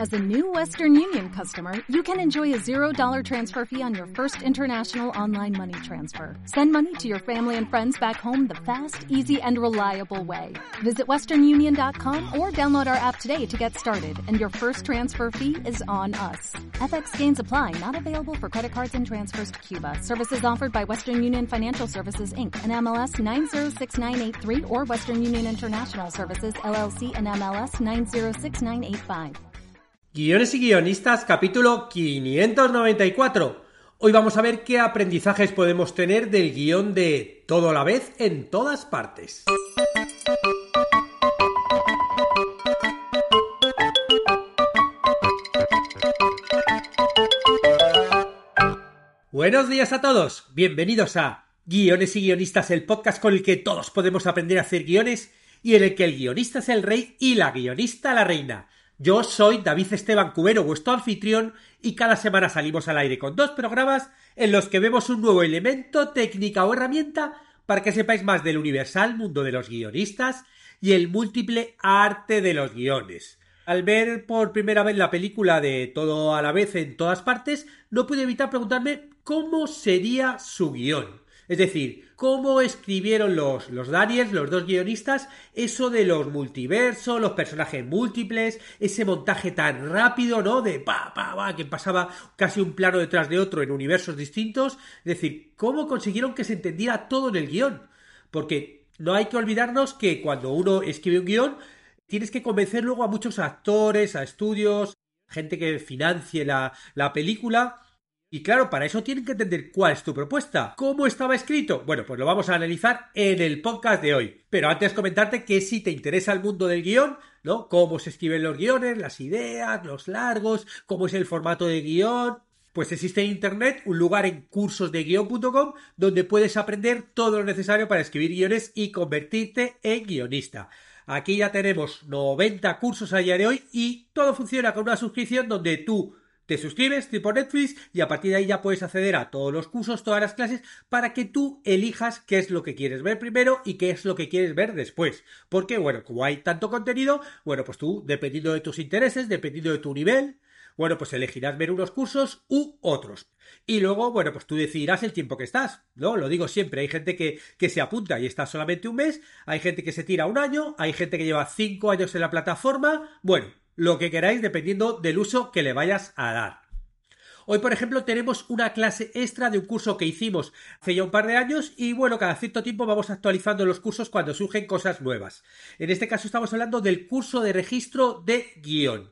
As a new Western Union customer, you can enjoy a $0 transfer fee on your first international online money transfer. Send money to your family and friends back home the fast, easy, and reliable way. Visit westernunion.com or download our app today to get started, and your first transfer fee is on us. FX gains apply, not available for credit cards and transfers to Cuba. Services offered by Western Union Financial Services, Inc., and MLS 906983, or Western Union International Services, LLC, and MLS 906985. Guiones y guionistas, capítulo 594. Hoy vamos a ver qué aprendizajes podemos tener del guión de Todo a la vez en todas partes. Buenos días a todos, bienvenidos a Guiones y guionistas, el podcast con el que todos podemos aprender a hacer guiones y en el que el guionista es el rey y la guionista la reina. Yo soy David Esteban Cubero, vuestro anfitrión, y cada semana salimos al aire con 2 programas en los que vemos un nuevo elemento, técnica o herramienta para que sepáis más del universal mundo de los guionistas y el múltiple arte de los guiones. Al ver por primera vez la película de Todo a la vez en todas partes, no pude evitar preguntarme cómo sería su guión. Es decir, cómo escribieron los Daniels, los 2 guionistas, eso de los multiversos, los personajes múltiples, ese montaje tan rápido, ¿no? De que pasaba casi un plano detrás de otro en universos distintos. Es decir, cómo consiguieron que se entendiera todo en el guión. Porque no hay que olvidarnos que cuando uno escribe un guión, tienes que convencer luego a muchos actores, a estudios, gente que financie la película. Y claro, para eso tienen que entender cuál es tu propuesta. ¿Cómo estaba escrito? Bueno, pues lo vamos a analizar en el podcast de hoy. Pero antes comentarte que si te interesa el mundo del guión, ¿no? Cómo se escriben los guiones, las ideas, los largos, cómo es el formato de guión, pues existe en internet un lugar en cursosdeguion.com donde puedes aprender todo lo necesario para escribir guiones y convertirte en guionista. Aquí ya tenemos 90 cursos a día de hoy y todo funciona con una suscripción donde tú te suscribes tipo Netflix y a partir de ahí ya puedes acceder a todos los cursos, todas las clases, para que tú elijas qué es lo que quieres ver primero y qué es lo que quieres ver después. Porque, bueno, como hay tanto contenido, bueno, pues tú, dependiendo de tus intereses, dependiendo de tu nivel, bueno, pues elegirás ver unos cursos u otros. Y luego, bueno, pues tú decidirás el tiempo que estás, ¿no? Lo digo siempre, hay gente que se apunta y está solamente un mes, hay gente que se tira un año, hay gente que lleva 5 años en la plataforma, bueno, lo que queráis dependiendo del uso que le vayas a dar. Hoy, por ejemplo, tenemos una clase extra de un curso que hicimos hace ya un par de años y, bueno, cada cierto tiempo vamos actualizando los cursos cuando surgen cosas nuevas. En este caso estamos hablando del curso de registro de guión.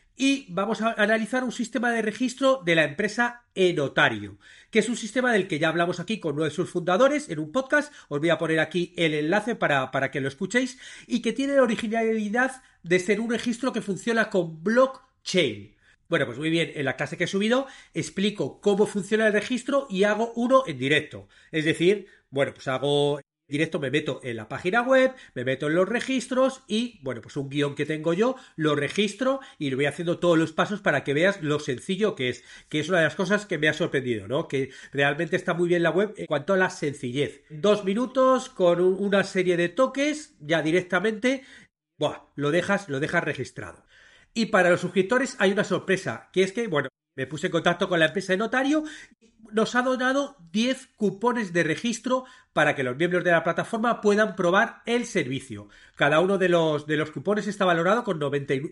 Y vamos a analizar un sistema de registro de la empresa eNotario, que es un sistema del que ya hablamos aquí con uno de sus fundadores en un podcast. Os voy a poner aquí el enlace para que lo escuchéis y que tiene la originalidad de ser un registro que funciona con blockchain. Bueno, pues muy bien, en la clase que he subido explico cómo funciona el registro y hago uno en directo. Es decir, bueno, pues hago directo, me meto en la página web, me meto en los registros y, bueno, pues un guión que tengo yo, lo registro y lo voy haciendo todos los pasos para que veas lo sencillo que es una de las cosas que me ha sorprendido, ¿no? Que realmente está muy bien la web en cuanto a la sencillez. 2 minutos con una serie de toques, ya directamente, lo dejas registrado. Y para los suscriptores hay una sorpresa, que es que, bueno, me puse en contacto con la empresa de notario, nos ha donado 10 cupones de registro para que los miembros de la plataforma puedan probar el servicio. Cada uno de los cupones está valorado con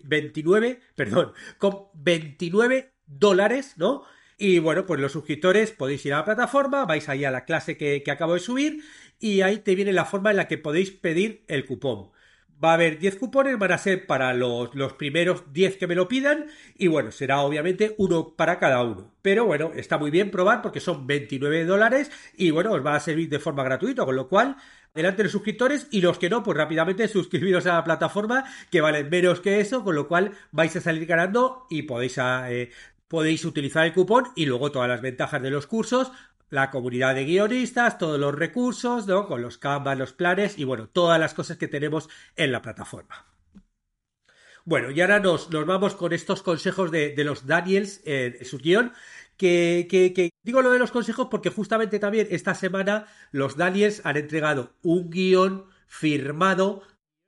$29, ¿no? Y bueno, pues los suscriptores podéis ir a la plataforma, vais ahí a la clase que acabo de subir y ahí te viene la forma en la que podéis pedir el cupón. Va a haber 10 cupones, van a ser para los primeros 10 que me lo pidan y bueno, será obviamente uno para cada uno. Pero bueno, está muy bien probar porque son $29 y bueno, os va a servir de forma gratuita, con lo cual, delante de los suscriptores y los que no, pues rápidamente suscribiros a la plataforma que valen menos que eso, con lo cual vais a salir ganando y podéis utilizar el cupón y luego todas las ventajas de los cursos, la comunidad de guionistas, todos los recursos, ¿no? Con los canvas, los planes y bueno, todas las cosas que tenemos en la plataforma. Bueno, y ahora nos vamos con estos consejos de los Daniels en su guión, que digo lo de los consejos porque justamente también esta semana los Daniels han entregado un guión firmado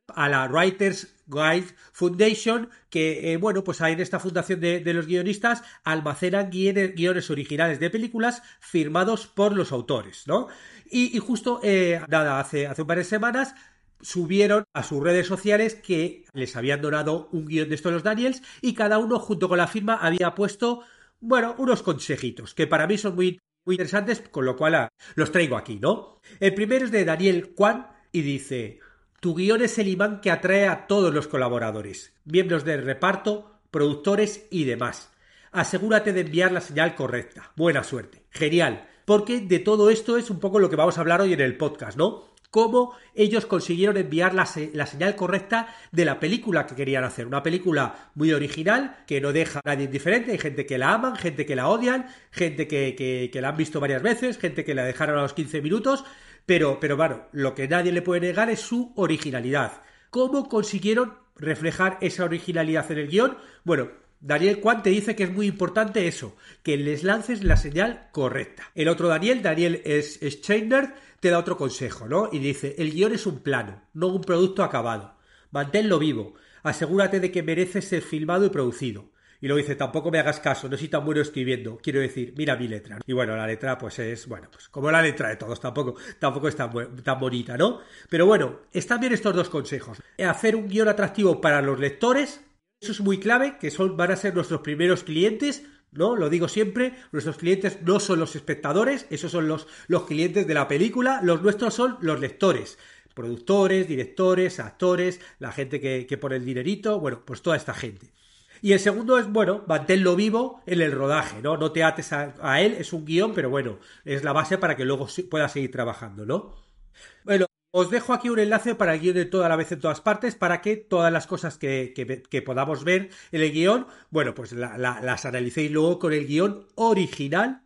a la Writers Guild Foundation, que, pues ahí en esta fundación de los guionistas almacenan guiones originales de películas firmados por los autores, ¿no? Y justo, hace un par de semanas subieron a sus redes sociales que les habían donado un guión de estos los Daniels y cada uno junto con la firma había puesto, unos consejitos que para mí son muy, muy interesantes, con lo cual los traigo aquí, ¿no? El primero es de Daniel Kwan y dice: tu guión es el imán que atrae a todos los colaboradores, miembros del reparto, productores y demás. Asegúrate de enviar la señal correcta. Buena suerte. Genial. Porque de todo esto es un poco lo que vamos a hablar hoy en el podcast, ¿no? Cómo ellos consiguieron enviar la señal correcta de la película que querían hacer. Una película muy original, que no deja a nadie indiferente. Hay gente que la aman, gente que la odian, gente que la han visto varias veces, gente que la dejaron a los 15 minutos. Pero bueno, lo que nadie le puede negar es su originalidad. ¿Cómo consiguieron reflejar esa originalidad en el guión? Bueno, Daniel Kwan te dice que es muy importante eso, que les lances la señal correcta. El otro Daniel Scheiner, te da otro consejo, ¿no? Y dice: el guión es un plano, no un producto acabado. Manténlo vivo. Asegúrate de que merece ser filmado y producido. Y luego dice: tampoco me hagas caso, no soy tan bueno escribiendo. Quiero decir, mira mi letra. Y bueno, la letra pues es, pues como la letra de todos, tampoco es tan bonita, ¿no? Pero bueno, están bien estos dos consejos. Hacer un guión atractivo para los lectores. Eso es muy clave, que van a ser nuestros primeros clientes, ¿no? Lo digo siempre, nuestros clientes no son los espectadores, esos son los clientes de la película, los nuestros son los lectores, productores, directores, actores, la gente que pone el dinerito, pues toda esta gente. Y el segundo es, manténlo vivo en el rodaje, ¿no? No te ates a él, es un guión, pero es la base para que luego puedas seguir trabajando, ¿no? Bueno, os dejo aquí un enlace para el guión de Toda la vez en todas partes, para que todas las cosas que podamos ver en el guión, pues las analicéis luego con el guión original.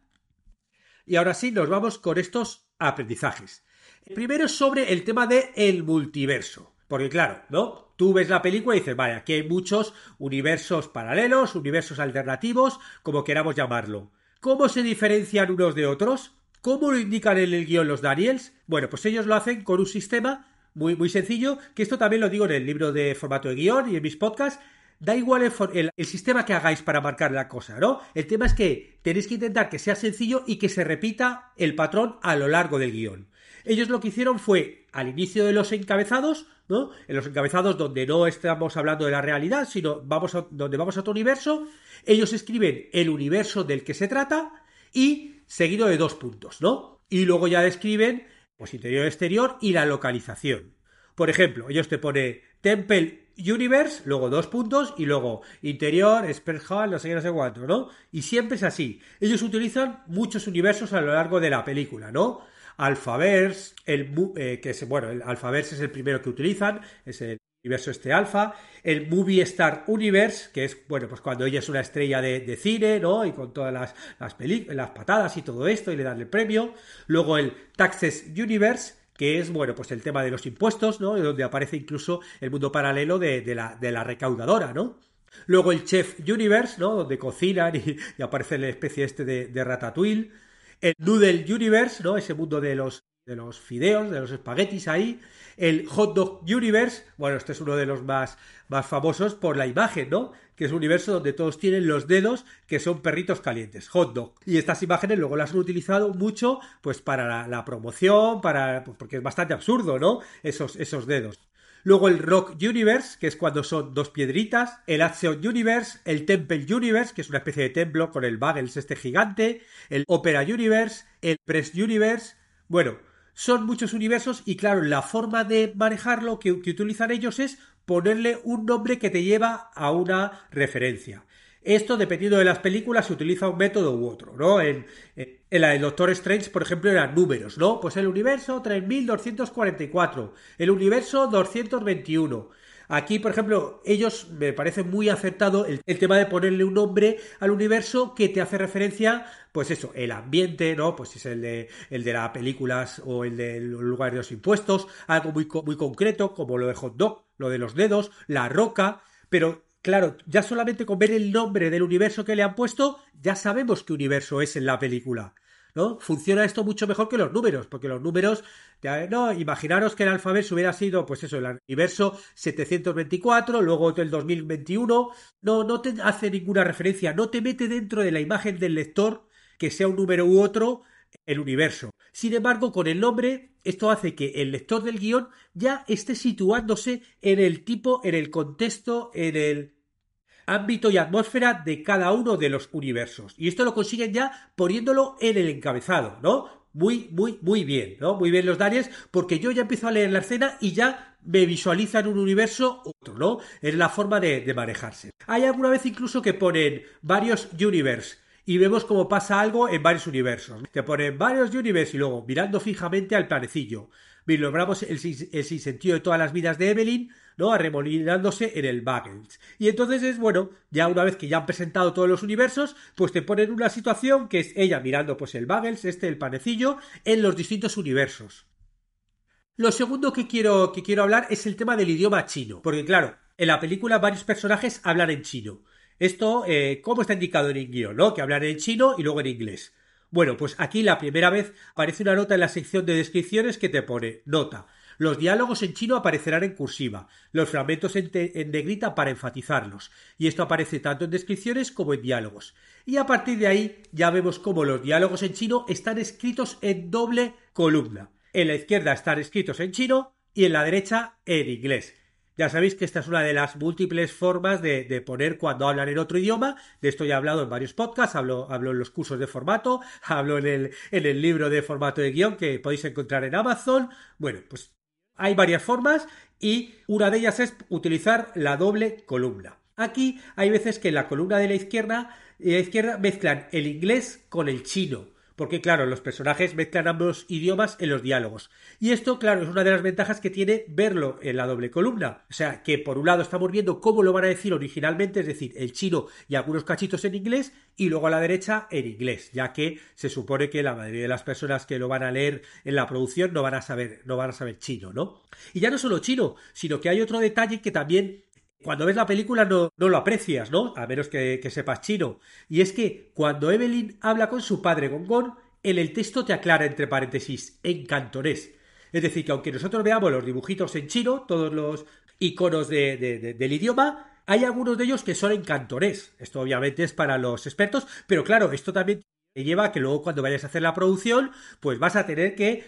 Y ahora sí, nos vamos con estos aprendizajes. El primero es sobre el tema del multiverso. Porque claro, ¿no? Tú ves la película y dices, vale, aquí hay muchos universos paralelos, universos alternativos, como queramos llamarlo. ¿Cómo se diferencian unos de otros? ¿Cómo lo indican en el guión los Daniels? Pues ellos lo hacen con un sistema muy, muy sencillo, que esto también lo digo en el libro de formato de guión y en mis podcasts. Da igual el sistema que hagáis para marcar la cosa, ¿no? El tema es que tenéis que intentar que sea sencillo y que se repita el patrón a lo largo del guión. Ellos lo que hicieron fue, al inicio de los encabezados, ¿no? En los encabezados donde no estamos hablando de la realidad, sino donde vamos a otro universo, ellos escriben el universo del que se trata y seguido de 2 puntos, ¿no? Y luego ya describen, interior-exterior y la localización. Por ejemplo, ellos te ponen Temple Universe, luego 2 puntos y luego interior, Spell, no sé qué, no sé cuánto, ¿no? Y siempre es así. Ellos utilizan muchos universos a lo largo de la película, ¿no? Alphaverse, el Alphaverse es el primero que utilizan, es el universo alfa, el Movie Star Universe, que es, pues cuando ella es una estrella de cine, ¿no? Y con todas las patadas y todo esto, y le dan el premio. Luego el Taxes Universe, que es, pues el tema de los impuestos, ¿no? Donde aparece incluso el mundo paralelo de la recaudadora, ¿no? Luego el Chef Universe, ¿no? Donde cocinan y aparece la especie de Ratatouille. El Noodle Universe, ¿no? Ese mundo de los fideos, de los espaguetis ahí. El Hot Dog Universe, este es uno de los más famosos por la imagen, ¿no? Que es un universo donde todos tienen los dedos que son perritos calientes, hot dog. Y estas imágenes luego las han utilizado mucho, pues para la promoción, porque es bastante absurdo, ¿no? Esos dedos. Luego el Rock Universe, que es cuando son 2 piedritas. El Action Universe, el Temple Universe, que es una especie de templo con el Bagels gigante. El Opera Universe, el Press Universe. Son muchos universos y claro, la forma de manejarlo que utilizan ellos es ponerle un nombre que te lleva a una referencia. Esto, dependiendo de las películas, se utiliza un método u otro, ¿no? En la de Doctor Strange, por ejemplo, eran números, ¿no? Pues el universo 3244, el universo 221. Aquí, por ejemplo, ellos me parece muy acertado el tema de ponerle un nombre al universo que te hace referencia, pues eso, el ambiente, ¿no? Pues es el de las películas o el del lugar de los impuestos, algo muy, muy concreto, como lo de Hot Dog, lo de los dedos, la roca, pero claro, ya solamente con ver el nombre del universo que le han puesto, ya sabemos qué universo es en la película. ¿no? Funciona esto mucho mejor que los números, porque los números, no, imaginaros que el alfabeto hubiera sido, pues eso, el universo 724, luego el 2021, no te hace ninguna referencia, no te mete dentro de la imagen del lector que sea un número u otro el universo. Sin embargo, con el nombre, esto hace que el lector del guión ya esté situándose en el tipo, en el contexto, en el ámbito y atmósfera de cada uno de los universos. Y esto lo consiguen ya poniéndolo en el encabezado, ¿no? Muy bien, ¿no? Muy bien los Daniels, porque yo ya empiezo a leer la escena y ya me visualiza en un universo otro, ¿no? Es la forma de manejarse. Hay alguna vez incluso que ponen varios universe y vemos cómo pasa algo en varios universos. Te ponen varios universos y luego mirando fijamente al planecillo. Logramos el sinsentido de todas las vidas de Evelyn, ¿no? Arremolinándose en el Buggles. Y entonces es, bueno, ya una vez que ya han presentado todos los universos, pues te ponen una situación que es ella mirando pues el Buggles, el panecillo, en los distintos universos. Lo segundo que quiero hablar es el tema del idioma chino. Porque claro, en la película varios personajes hablan en chino. Esto, ¿cómo está indicado en el guión, no? Que hablan en chino y luego en inglés. Bueno, pues aquí la primera vez aparece una nota en la sección de descripciones que te pone nota. Los diálogos en chino aparecerán en cursiva, los fragmentos en negrita para enfatizarlos, y esto aparece tanto en descripciones como en diálogos. Y a partir de ahí ya vemos cómo los diálogos en chino están escritos en doble columna. En la izquierda están escritos en chino y en la derecha en inglés. Ya sabéis que esta es una de las múltiples formas de poner cuando hablan en otro idioma. De esto ya he hablado en varios podcasts, hablo en los cursos de formato, hablo en el libro de formato de guión que podéis encontrar en Amazon. Bueno, pues hay varias formas y una de ellas es utilizar la doble columna. Aquí hay veces que en la columna de la izquierda mezclan el inglés con el chino. Porque, claro, los personajes mezclan ambos idiomas en los diálogos. Y esto, claro, es una de las ventajas que tiene verlo en la doble columna. O sea, que por un lado estamos viendo cómo lo van a decir originalmente, es decir, el chino y algunos cachitos en inglés, y luego a la derecha en inglés, ya que se supone que la mayoría de las personas que lo van a leer en la producción no van a saber chino, ¿no? Y ya no solo chino, sino que hay otro detalle que también cuando ves la película no lo aprecias, ¿no? A menos que sepas chino. Y es que cuando Evelyn habla con su padre Gong, en el texto te aclara entre paréntesis en cantonés. Es decir, que aunque nosotros veamos los dibujitos en chino, todos los iconos del idioma, hay algunos de ellos que son en cantonés. Esto obviamente es para los expertos, pero claro, esto también te lleva a que luego cuando vayas a hacer la producción, pues vas a tener que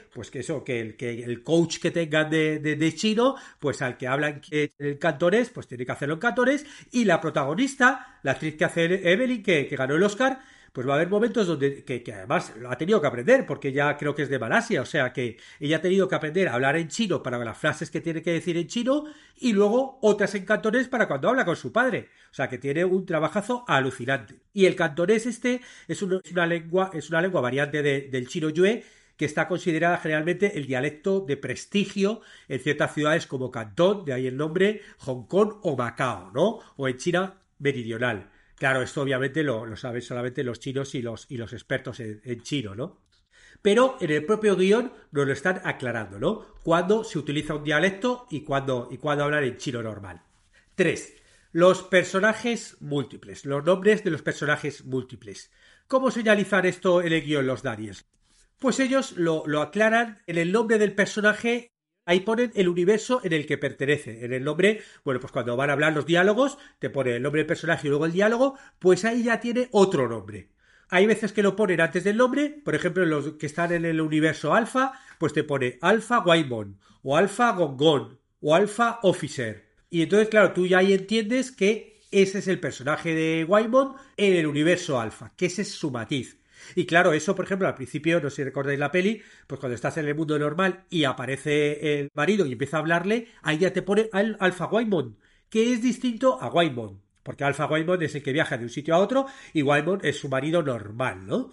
el coach que tengan de chino, pues al que hablan en cantonés, pues tiene que hacerlo en cantonés, y la protagonista, la actriz que hace Evelyn, que ganó el Oscar, pues va a haber momentos donde que además lo ha tenido que aprender, porque ya creo que es de Malasia, o sea que ella ha tenido que aprender a hablar en chino para las frases que tiene que decir en chino, y luego otras en cantonés para cuando habla con su padre. O sea que tiene un trabajazo alucinante. Y el cantonés es una lengua variante del chino yue, que está considerada generalmente el dialecto de prestigio en ciertas ciudades como Cantón, de ahí el nombre, Hong Kong o Macao, ¿no? O en China meridional. Claro, esto obviamente lo saben solamente los chinos y los expertos en chino, ¿no? Pero en el propio guión nos lo están aclarando, ¿no? Cuándo se utiliza un dialecto y cuándo hablar en chino normal. 3. Los personajes múltiples, los nombres de los personajes múltiples. ¿Cómo señalizan esto en el guión los Daniels? Pues ellos lo aclaran en el nombre del personaje. Ahí ponen el universo en el que pertenece. En el nombre, bueno, pues cuando van a hablar los diálogos, te pone el nombre del personaje y luego el diálogo, pues ahí ya tiene otro nombre. Hay veces que lo ponen antes del nombre, por ejemplo, los que están en el universo alfa, pues te pone Alpha Waimon, o Alpha Gongon, o Alpha Officer. Y entonces, claro, tú ya ahí entiendes que ese es el personaje de Waimon en el universo alfa, que ese es su matiz. Y claro, eso, por ejemplo, al principio, no sé si recordáis la peli, pues cuando estás en el mundo normal y aparece el marido y empieza a hablarle, ahí ya te pone al Alpha Waimon, que es distinto a Waimon, porque Alpha Waimon es el que viaja de un sitio a otro y Waimon es su marido normal, ¿no?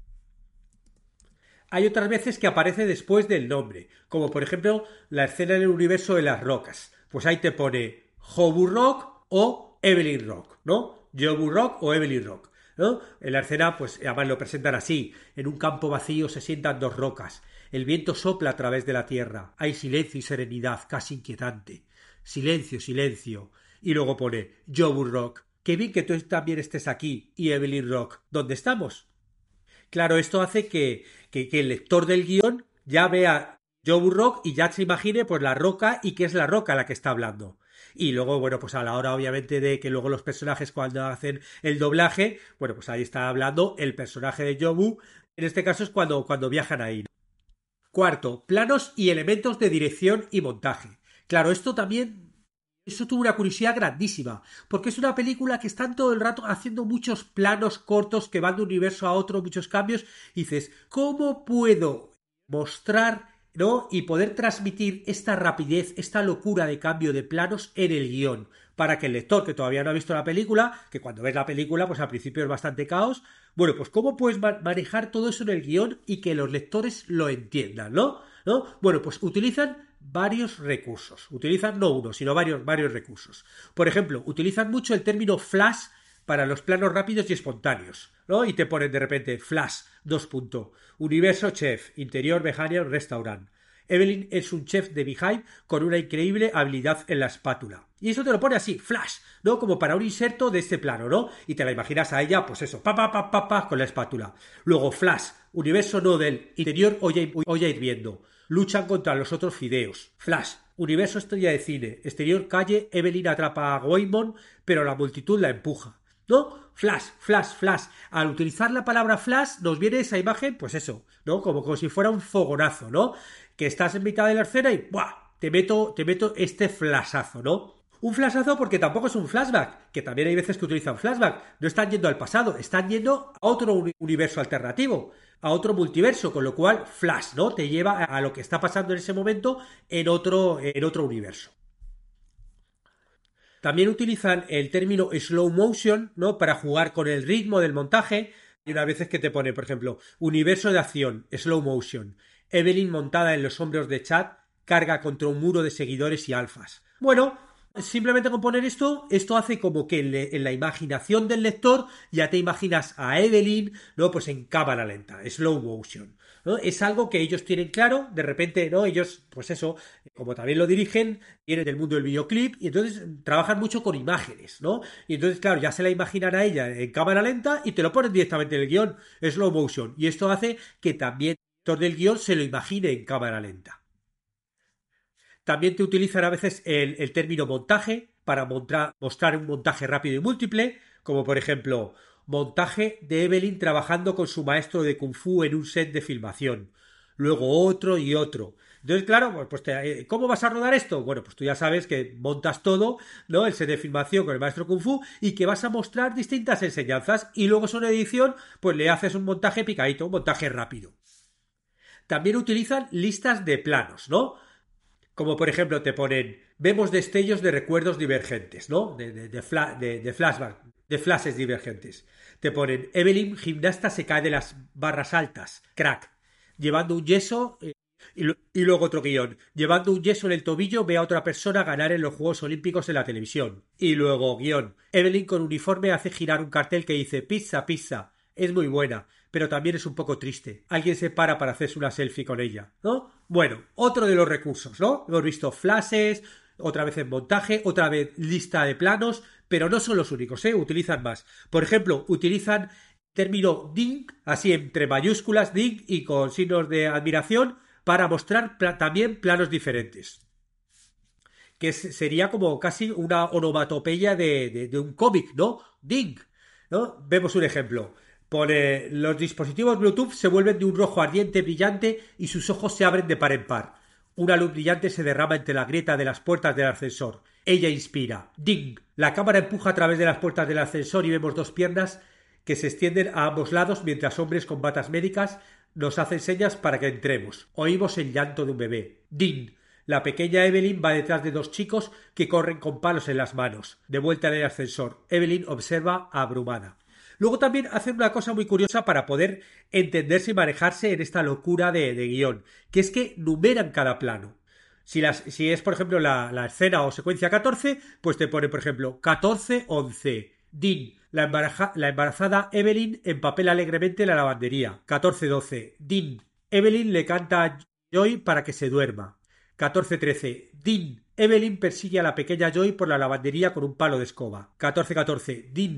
Hay otras veces que aparece después del nombre, como por ejemplo la escena en el universo de las rocas. Pues ahí te pone Jobu Rock o Evelyn Rock, ¿no? Jobu Rock o Evelyn Rock, ¿no? En la escena, pues además lo presentan así. En un campo vacío se sientan dos rocas. El viento sopla a través de la tierra. Hay silencio y serenidad, casi inquietante. Silencio, silencio. Y luego pone Jobu Rock. Qué bien que tú también estés aquí. Y Evelyn Rock, ¿dónde estamos? Claro, esto hace que el lector del guión ya vea Joe Burrow y ya se imagine pues la roca y que es la roca la que está hablando. Y luego, bueno, pues a la hora obviamente de que luego los personajes cuando hacen el doblaje, bueno, pues ahí está hablando el personaje de Jobu. En este caso es cuando viajan ahí. Cuarto, planos y elementos de dirección y montaje. Claro, esto también eso tuvo una curiosidad grandísima, porque es una película que están todo el rato haciendo muchos planos cortos que van de un universo a otro, muchos cambios, y dices, ¿cómo puedo mostrar, ¿no? Y poder transmitir esta rapidez, esta locura de cambio de planos en el guión? Para que el lector que todavía no ha visto la película, que cuando ves la película, pues al principio es bastante caos, bueno, pues ¿cómo puedes manejar todo eso en el guión y que los lectores lo entiendan, ¿no? ¿No? Bueno, pues utilizan varios recursos. Utilizan no uno, sino varios recursos. Por ejemplo, utilizan mucho el término flash para los planos rápidos y espontáneos, ¿no? Y te ponen de repente flash, dos puntos, universo chef, interior vegetariano restaurant. Evelyn es un chef de Beehive con una increíble habilidad en la espátula. Y eso te lo pone así, flash, ¿no? Como para un inserto de este plano, ¿no? Y te la imaginas a ella, pues eso, pa, con la espátula. Luego, flash, universo no del interior olla hirviendo. Luchan contra los otros fideos. Flash, universo estrella de cine. Exterior calle, Evelyn atrapa a Waymon, pero la multitud la empuja. ¿No? Flash. Al utilizar la palabra flash nos viene esa imagen, pues eso, ¿no? Como si fuera un fogonazo, ¿no? Que estás en mitad de la escena y ¡buah! Te meto este flashazo, ¿no? Un flashazo porque tampoco es un flashback, que también hay veces que utilizan flashback. No están yendo al pasado, están yendo a otro universo alternativo, a otro multiverso, con lo cual flash, ¿no? Te lleva a lo que está pasando en ese momento en otro universo. También utilizan el término slow motion, ¿no? Para jugar con el ritmo del montaje. Y una vez que te pone, por ejemplo, universo de acción, slow motion. Evelyn montada en los hombros de Chad carga contra un muro de seguidores y alfas. Bueno, simplemente con poner esto hace como que en la imaginación del lector ya te imaginas a Evelyn, ¿no? Pues en cámara lenta, slow motion, ¿no? Es algo que ellos tienen claro, de repente, ¿no? Ellos, pues eso, como también lo dirigen, vienen del mundo del videoclip y entonces trabajan mucho con imágenes, ¿no? Y entonces, claro, ya se la imaginan a ella en cámara lenta y te lo ponen directamente en el guión, slow motion. Y esto hace que también el lector del guión se lo imagine en cámara lenta. También te utilizan a veces el término montaje para mostrar un montaje rápido y múltiple, como por ejemplo, montaje de Evelyn trabajando con su maestro de Kung Fu en un set de filmación. Luego otro y otro. Entonces, claro, ¿cómo vas a rodar esto? Bueno, pues tú ya sabes que montas todo, ¿no? El set de filmación con el maestro Kung Fu y que vas a mostrar distintas enseñanzas y luego en edición, pues le haces un montaje picadito, un montaje rápido. También utilizan listas de planos, ¿no? Como por ejemplo te ponen, vemos destellos de recuerdos divergentes, ¿no? De flashback, de flashes divergentes. Te ponen, Evelyn, gimnasta, se cae de las barras altas, crack. Llevando un yeso, y luego otro guión. Llevando un yeso en el tobillo, ve a otra persona ganar en los Juegos Olímpicos en la televisión. Y luego guión. Evelyn con uniforme hace girar un cartel que dice, pizza, pizza. Es muy buena, pero también es un poco triste. Alguien se para hacerse una selfie con ella, ¿no? Bueno, otro de los recursos, ¿no? Hemos visto flashes, otra vez en montaje, otra vez lista de planos, pero no son los únicos, ¿eh? Utilizan más. Por ejemplo, utilizan término ding, así entre mayúsculas, ding y con signos de admiración, para mostrar también planos diferentes. Que sería como casi una onomatopeya de un cómic, ¿no? Ding, ¿no? Vemos un ejemplo. Pone, los dispositivos Bluetooth se vuelven de un rojo ardiente brillante y sus ojos se abren de par en par. Una luz brillante se derrama entre la grieta de las puertas del ascensor. Ella inspira. Ding. La cámara empuja a través de las puertas del ascensor y vemos dos piernas que se extienden a ambos lados mientras hombres con batas médicas nos hacen señas para que entremos. Oímos el llanto de un bebé. Ding. La pequeña Evelyn va detrás de dos chicos que corren con palos en las manos. De vuelta en el ascensor, Evelyn observa abrumada. Luego también hacen una cosa muy curiosa para poder entenderse y manejarse en esta locura de guión, que es que numeran cada plano. Si es, por ejemplo, la escena o secuencia 14, pues te pone, por ejemplo, 14-11. Dean, la embarazada Evelyn empapela alegremente la lavandería. 14-12. Dean, Evelyn le canta a Joy para que se duerma. 14-13. Dean, Evelyn persigue a la pequeña Joy por la lavandería con un palo de escoba. 14-14. Dean,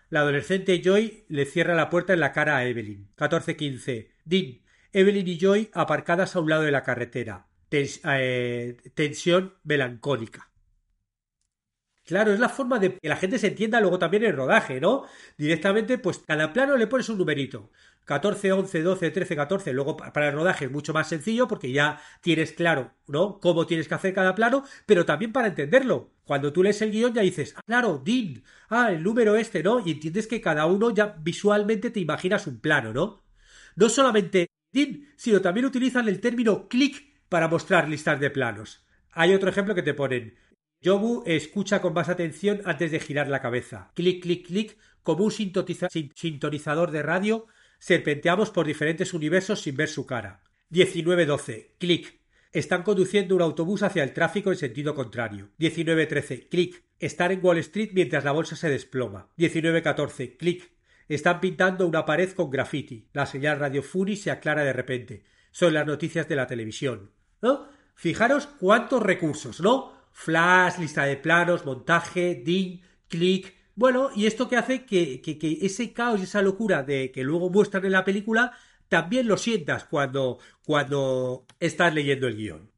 La adolescente Joy le cierra la puerta en la cara a Evelyn. 14:15. Dean. Evelyn y Joy aparcadas a un lado de la carretera. Tensión melancólica. Claro, es la forma de que la gente se entienda luego también el rodaje, ¿no? Directamente, pues cada plano le pones un numerito. 14, 11, 12, 13, 14. Luego para el rodaje es mucho más sencillo porque ya tienes claro, ¿no? Cómo tienes que hacer cada plano, pero también para entenderlo. Cuando tú lees el guión ya dices, ah, claro, Dean, el número este, ¿no? Y entiendes que cada uno ya visualmente te imaginas un plano, ¿no? No solamente Dean, sino también utilizan el término click para mostrar listas de planos. Hay otro ejemplo que te ponen. Yobu escucha con más atención antes de girar la cabeza. Clic, clic, clic, como un sintonizador de radio, serpenteamos por diferentes universos sin ver su cara. 19:12. Clic. Están conduciendo un autobús hacia el tráfico en sentido contrario. 19:13. Clic. Están en Wall Street mientras la bolsa se desploma. 19:14. Clic. Están pintando una pared con graffiti. La señal Radio Funny se aclara de repente. Son las noticias de la televisión. ¿No? Fijaros cuántos recursos, ¿no? Flash, lista de planos, montaje, ding, click. Bueno, y esto que hace que ese caos y esa locura de que luego muestran en la película también lo sientas cuando estás leyendo el guión.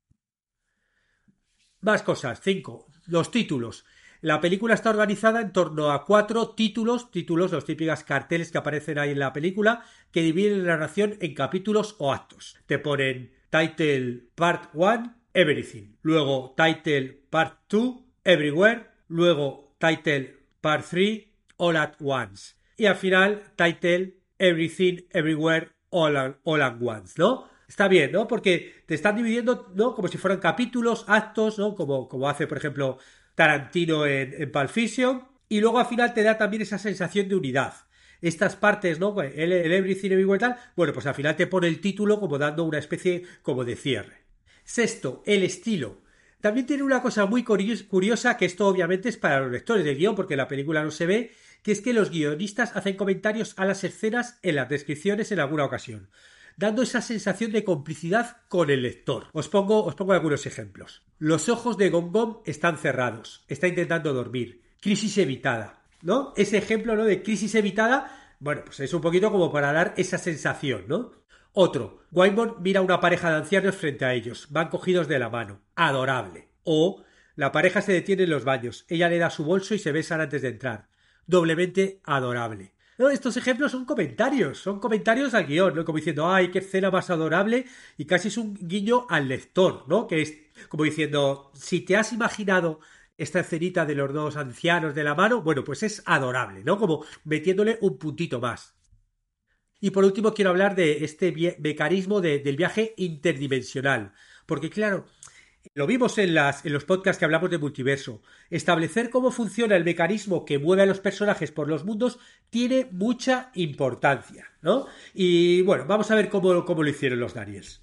Más cosas. 5. Los títulos. La película está organizada en torno a 4 títulos, los típicos carteles que aparecen ahí en la película, que dividen la narración en capítulos o actos. Te ponen Title Part 1, Everything. Luego Title Part 2, Everywhere. Luego Title Part 3, All at Once. Y al final Title Everything, Everywhere, All at Once, ¿no? Está bien, ¿no? Porque te están dividiendo, ¿no? Como si fueran capítulos, actos, ¿no? Como hace, por ejemplo, Tarantino en Pulp Fiction. Y luego al final te da también esa sensación de unidad. Estas partes, ¿no? El Everything, Everywhere, tal. Bueno, pues al final te pone el título como dando una especie como de cierre. 6. El estilo. También tiene una cosa muy curiosa, que esto obviamente es para los lectores del guión, porque la película no se ve, que es que los guionistas hacen comentarios a las escenas en las descripciones en alguna ocasión, dando esa sensación de complicidad con el lector. Os pongo algunos ejemplos. Los ojos de Gong Gong están cerrados, está intentando dormir. Crisis evitada, ¿no? Ese ejemplo, ¿no? De crisis evitada, bueno, pues es un poquito como para dar esa sensación, ¿no? Otro, Wyman mira a una pareja de ancianos frente a ellos, van cogidos de la mano, adorable. O la pareja se detiene en los baños, ella le da su bolso y se besan antes de entrar, doblemente adorable. No, estos ejemplos son comentarios al guión, ¿no? Como diciendo, ¡ay, qué escena más adorable! Y casi es un guiño al lector, ¿no? Que es como diciendo, si te has imaginado esta escenita de los dos ancianos de la mano, bueno, pues es adorable, ¿no? Como metiéndole un puntito más. Y por último quiero hablar de este mecanismo del viaje interdimensional, porque claro, lo vimos en los podcasts que hablamos de multiverso. Establecer cómo funciona el mecanismo que mueve a los personajes por los mundos tiene mucha importancia, ¿no? Y bueno, vamos a ver cómo lo hicieron los Daniels.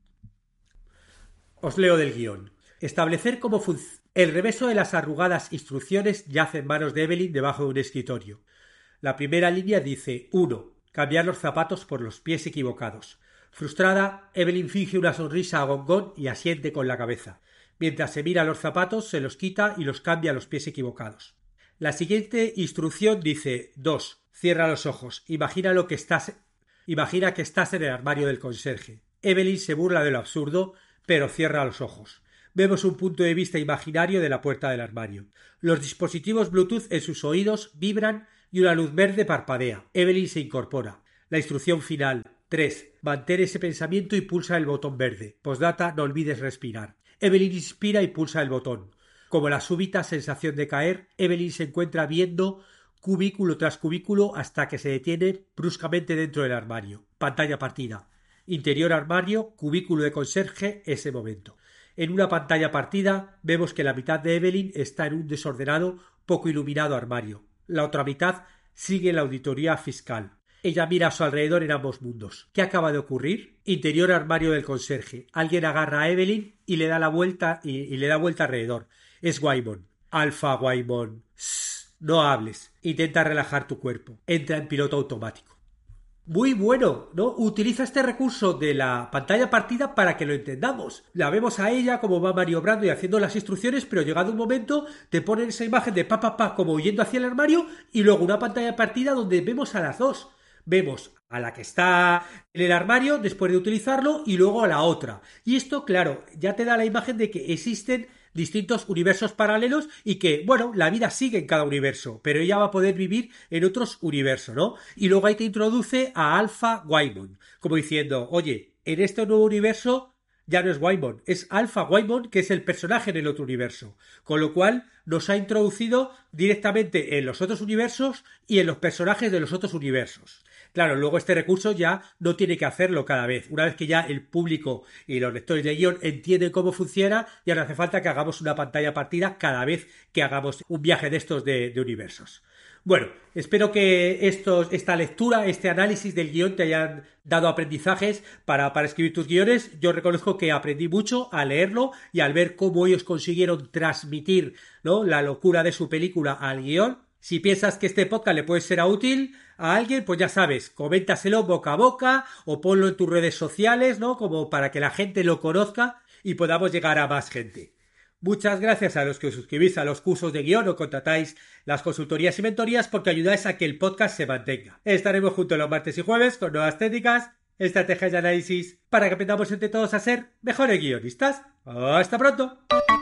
Os leo del guión. Establecer cómo funciona. El reverso de las arrugadas instrucciones yace en manos de Evelyn debajo de un escritorio. La primera línea dice 1. Cambiar los zapatos por los pies equivocados. Frustrada, Evelyn finge una sonrisa a Gong Gong y asiente con la cabeza. Mientras se mira los zapatos, se los quita y los cambia a los pies equivocados. La siguiente instrucción dice 2. Cierra los ojos. Imagina que estás en el armario del conserje. Evelyn se burla de lo absurdo, pero cierra los ojos. Vemos un punto de vista imaginario de la puerta del armario. Los dispositivos Bluetooth en sus oídos vibran y una luz verde parpadea. Evelyn se incorpora. La instrucción final. 3. Mantén ese pensamiento y pulsa el botón verde. Postdata, no olvides respirar. Evelyn inspira y pulsa el botón. Como la súbita sensación de caer, Evelyn se encuentra viendo cubículo tras cubículo hasta que se detiene bruscamente dentro del armario. Pantalla partida. Interior armario, cubículo de conserje, ese momento. En una pantalla partida vemos que la mitad de Evelyn está en un desordenado, poco iluminado armario. La otra mitad sigue la auditoría fiscal. Ella mira a su alrededor en ambos mundos. ¿Qué acaba de ocurrir? Interior armario del conserje. Alguien agarra a Evelyn y le da la vuelta y le da vuelta alrededor. Es Wyman. Alfa Wyman. No hables. Intenta relajar tu cuerpo. Entra en piloto automático. muy bueno, ¿no? Utiliza este recurso de la pantalla partida para que lo entendamos. La vemos a ella como va maniobrando y haciendo las instrucciones, pero llegado un momento te ponen esa imagen de pa como huyendo hacia el armario y luego una pantalla partida donde vemos a las dos. Vemos a la que está en el armario después de utilizarlo y luego a la otra. Y esto, claro, ya te da la imagen de que existen distintos universos paralelos y que, bueno, la vida sigue en cada universo, pero ella va a poder vivir en otros universos, ¿no? Y luego ahí te introduce a Alpha Waymond, como diciendo, oye, en este nuevo universo ya no es Waymond, es Alpha Waymond, que es el personaje en el otro universo, con lo cual nos ha introducido directamente en los otros universos y en los personajes de los otros universos. Claro, luego este recurso ya no tiene que hacerlo cada vez. Una vez que ya el público y los lectores de guión entienden cómo funciona, ya no hace falta que hagamos una pantalla partida cada vez que hagamos un viaje de estos de universos. Bueno, espero que esta lectura, este análisis del guión te hayan dado aprendizajes para escribir tus guiones. Yo reconozco que aprendí mucho al leerlo y al ver cómo ellos consiguieron transmitir, ¿no?, la locura de su película al guión. Si piensas que este podcast le puede ser útil a alguien, pues ya sabes, coméntaselo boca a boca o ponlo en tus redes sociales, ¿no?, como para que la gente lo conozca y podamos llegar a más gente. Muchas gracias a los que os suscribís a los cursos de guión o contratáis las consultorías y mentorías porque ayudáis a que el podcast se mantenga. Estaremos juntos los martes y jueves con nuevas técnicas, estrategias de análisis para que aprendamos entre todos a ser mejores guionistas. ¡Hasta pronto!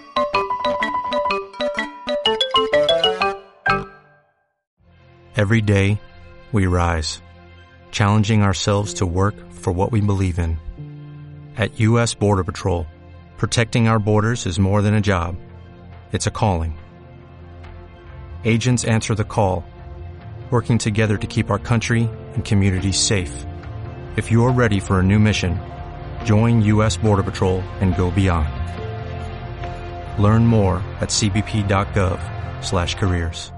Every day, we rise, challenging ourselves to work for what we believe in. At U.S. Border Patrol, protecting our borders is more than a job. It's a calling. Agents answer the call, working together to keep our country and communities safe. If you are ready for a new mission, join U.S. Border Patrol and go beyond. Learn more at cbp.gov/careers.